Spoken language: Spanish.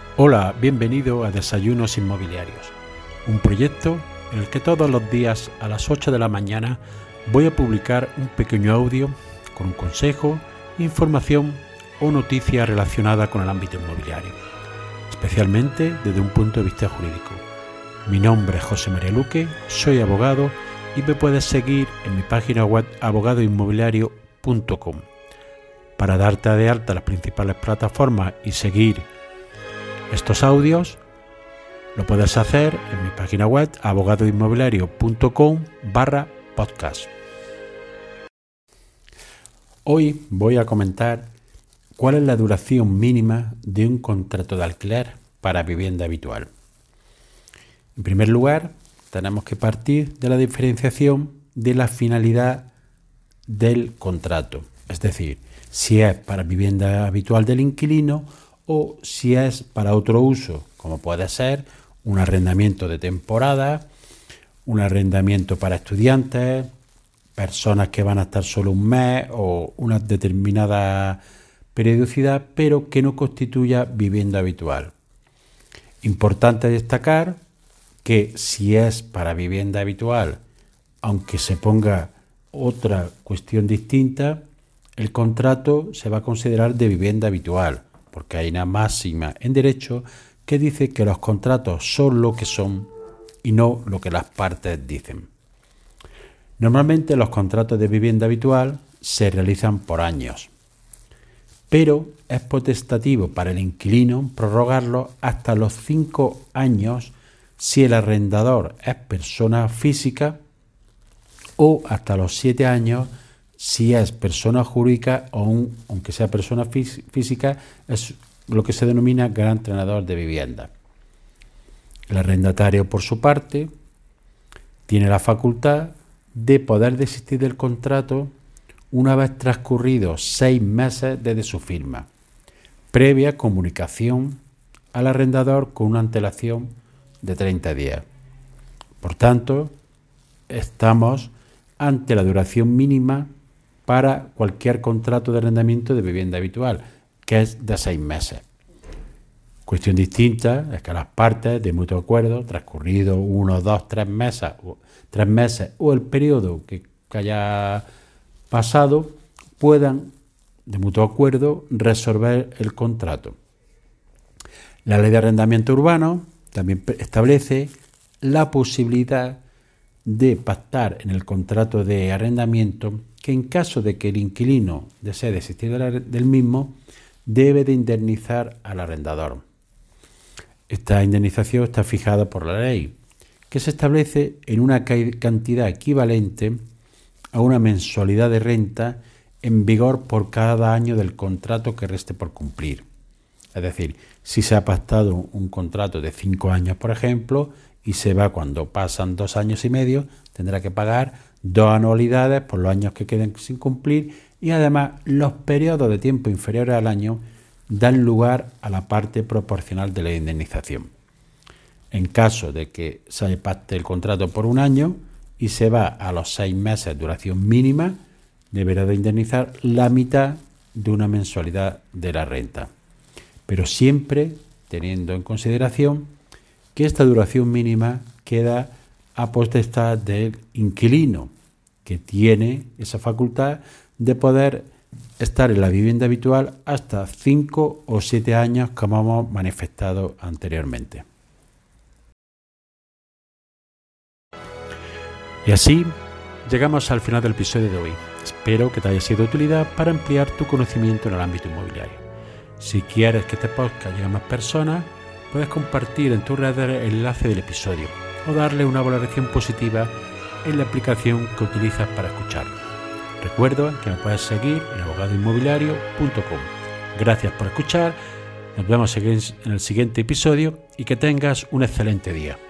Hola, bienvenido a Desayunos Inmobiliarios, un proyecto en el que todos los días a las 8 de la mañana voy a publicar un pequeño audio con un consejo, información o noticia relacionada con el ámbito inmobiliario, especialmente desde un punto de vista jurídico. Mi nombre es José María Luque, soy abogado y me puedes seguir en mi página web abogadoinmobiliario.com. Para darte de alta las principales plataformas y seguir estos audios, lo puedes hacer en mi página web abogadoinmobiliario.com/podcast. Hoy voy a comentar cuál es la duración mínima de un contrato de alquiler para vivienda habitual. En primer lugar, tenemos que partir de la diferenciación de la finalidad del contrato, es decir, si es para vivienda habitual del inquilino o si es para otro uso, como puede ser un arrendamiento de temporada, un arrendamiento para estudiantes, personas que van a estar solo un mes o una determinada periodicidad, pero que no constituya vivienda habitual. Importante destacar que si es para vivienda habitual, aunque se ponga otra cuestión distinta, el contrato se va a considerar de vivienda habitual, porque hay una máxima en derecho que dice que los contratos son lo que son y no lo que las partes dicen. Normalmente los contratos de vivienda habitual se realizan por años, pero es potestativo para el inquilino prorrogarlo hasta los 5 años si el arrendador es persona física o hasta los 7 años si es persona jurídica o aunque sea persona física, es lo que se denomina gran tenedor de vivienda. El arrendatario, por su parte, tiene la facultad de poder desistir del contrato una vez transcurridos 6 meses desde su firma, previa comunicación al arrendador con una antelación de 30 días. Por tanto, estamos ante la duración mínima para cualquier contrato de arrendamiento de vivienda habitual, que es de 6 meses. Cuestión distinta es que las partes de mutuo acuerdo, transcurrido 1, 2, 3 meses o el periodo que haya pasado, puedan, de mutuo acuerdo, resolver el contrato. La Ley de Arrendamiento Urbano también establece la posibilidad de pactar en el contrato de arrendamiento que en caso de que el inquilino desee desistir del mismo, debe de indemnizar al arrendador. Esta indemnización está fijada por la ley, que se establece en una cantidad equivalente a una mensualidad de renta en vigor por cada año del contrato que reste por cumplir. Es decir, si se ha pactado un contrato de 5 años, por ejemplo, y se va cuando pasan 2 años y medio, tendrá que pagar 2 anualidades por los años que queden sin cumplir y además los periodos de tiempo inferiores al año dan lugar a la parte proporcional de la indemnización. En caso de que se pacte el contrato por 1 año y se va a los 6 meses de duración mínima, deberá de indemnizar la mitad de una mensualidad de la renta, pero siempre teniendo en consideración que esta duración mínima queda a potestad del inquilino, que tiene esa facultad de poder estar en la vivienda habitual hasta 5 o 7 años, como hemos manifestado anteriormente. Y así llegamos al final del episodio de hoy. Espero que te haya sido de utilidad para ampliar tu conocimiento en el ámbito inmobiliario. Si quieres que este podcast llegue a más personas, puedes compartir en tus redes el enlace del episodio o darle una valoración positiva en la aplicación que utilizas para escucharlo. Recuerda que me puedes seguir en abogadoinmobiliario.com. Gracias por escuchar, nos vemos en el siguiente episodio y que tengas un excelente día.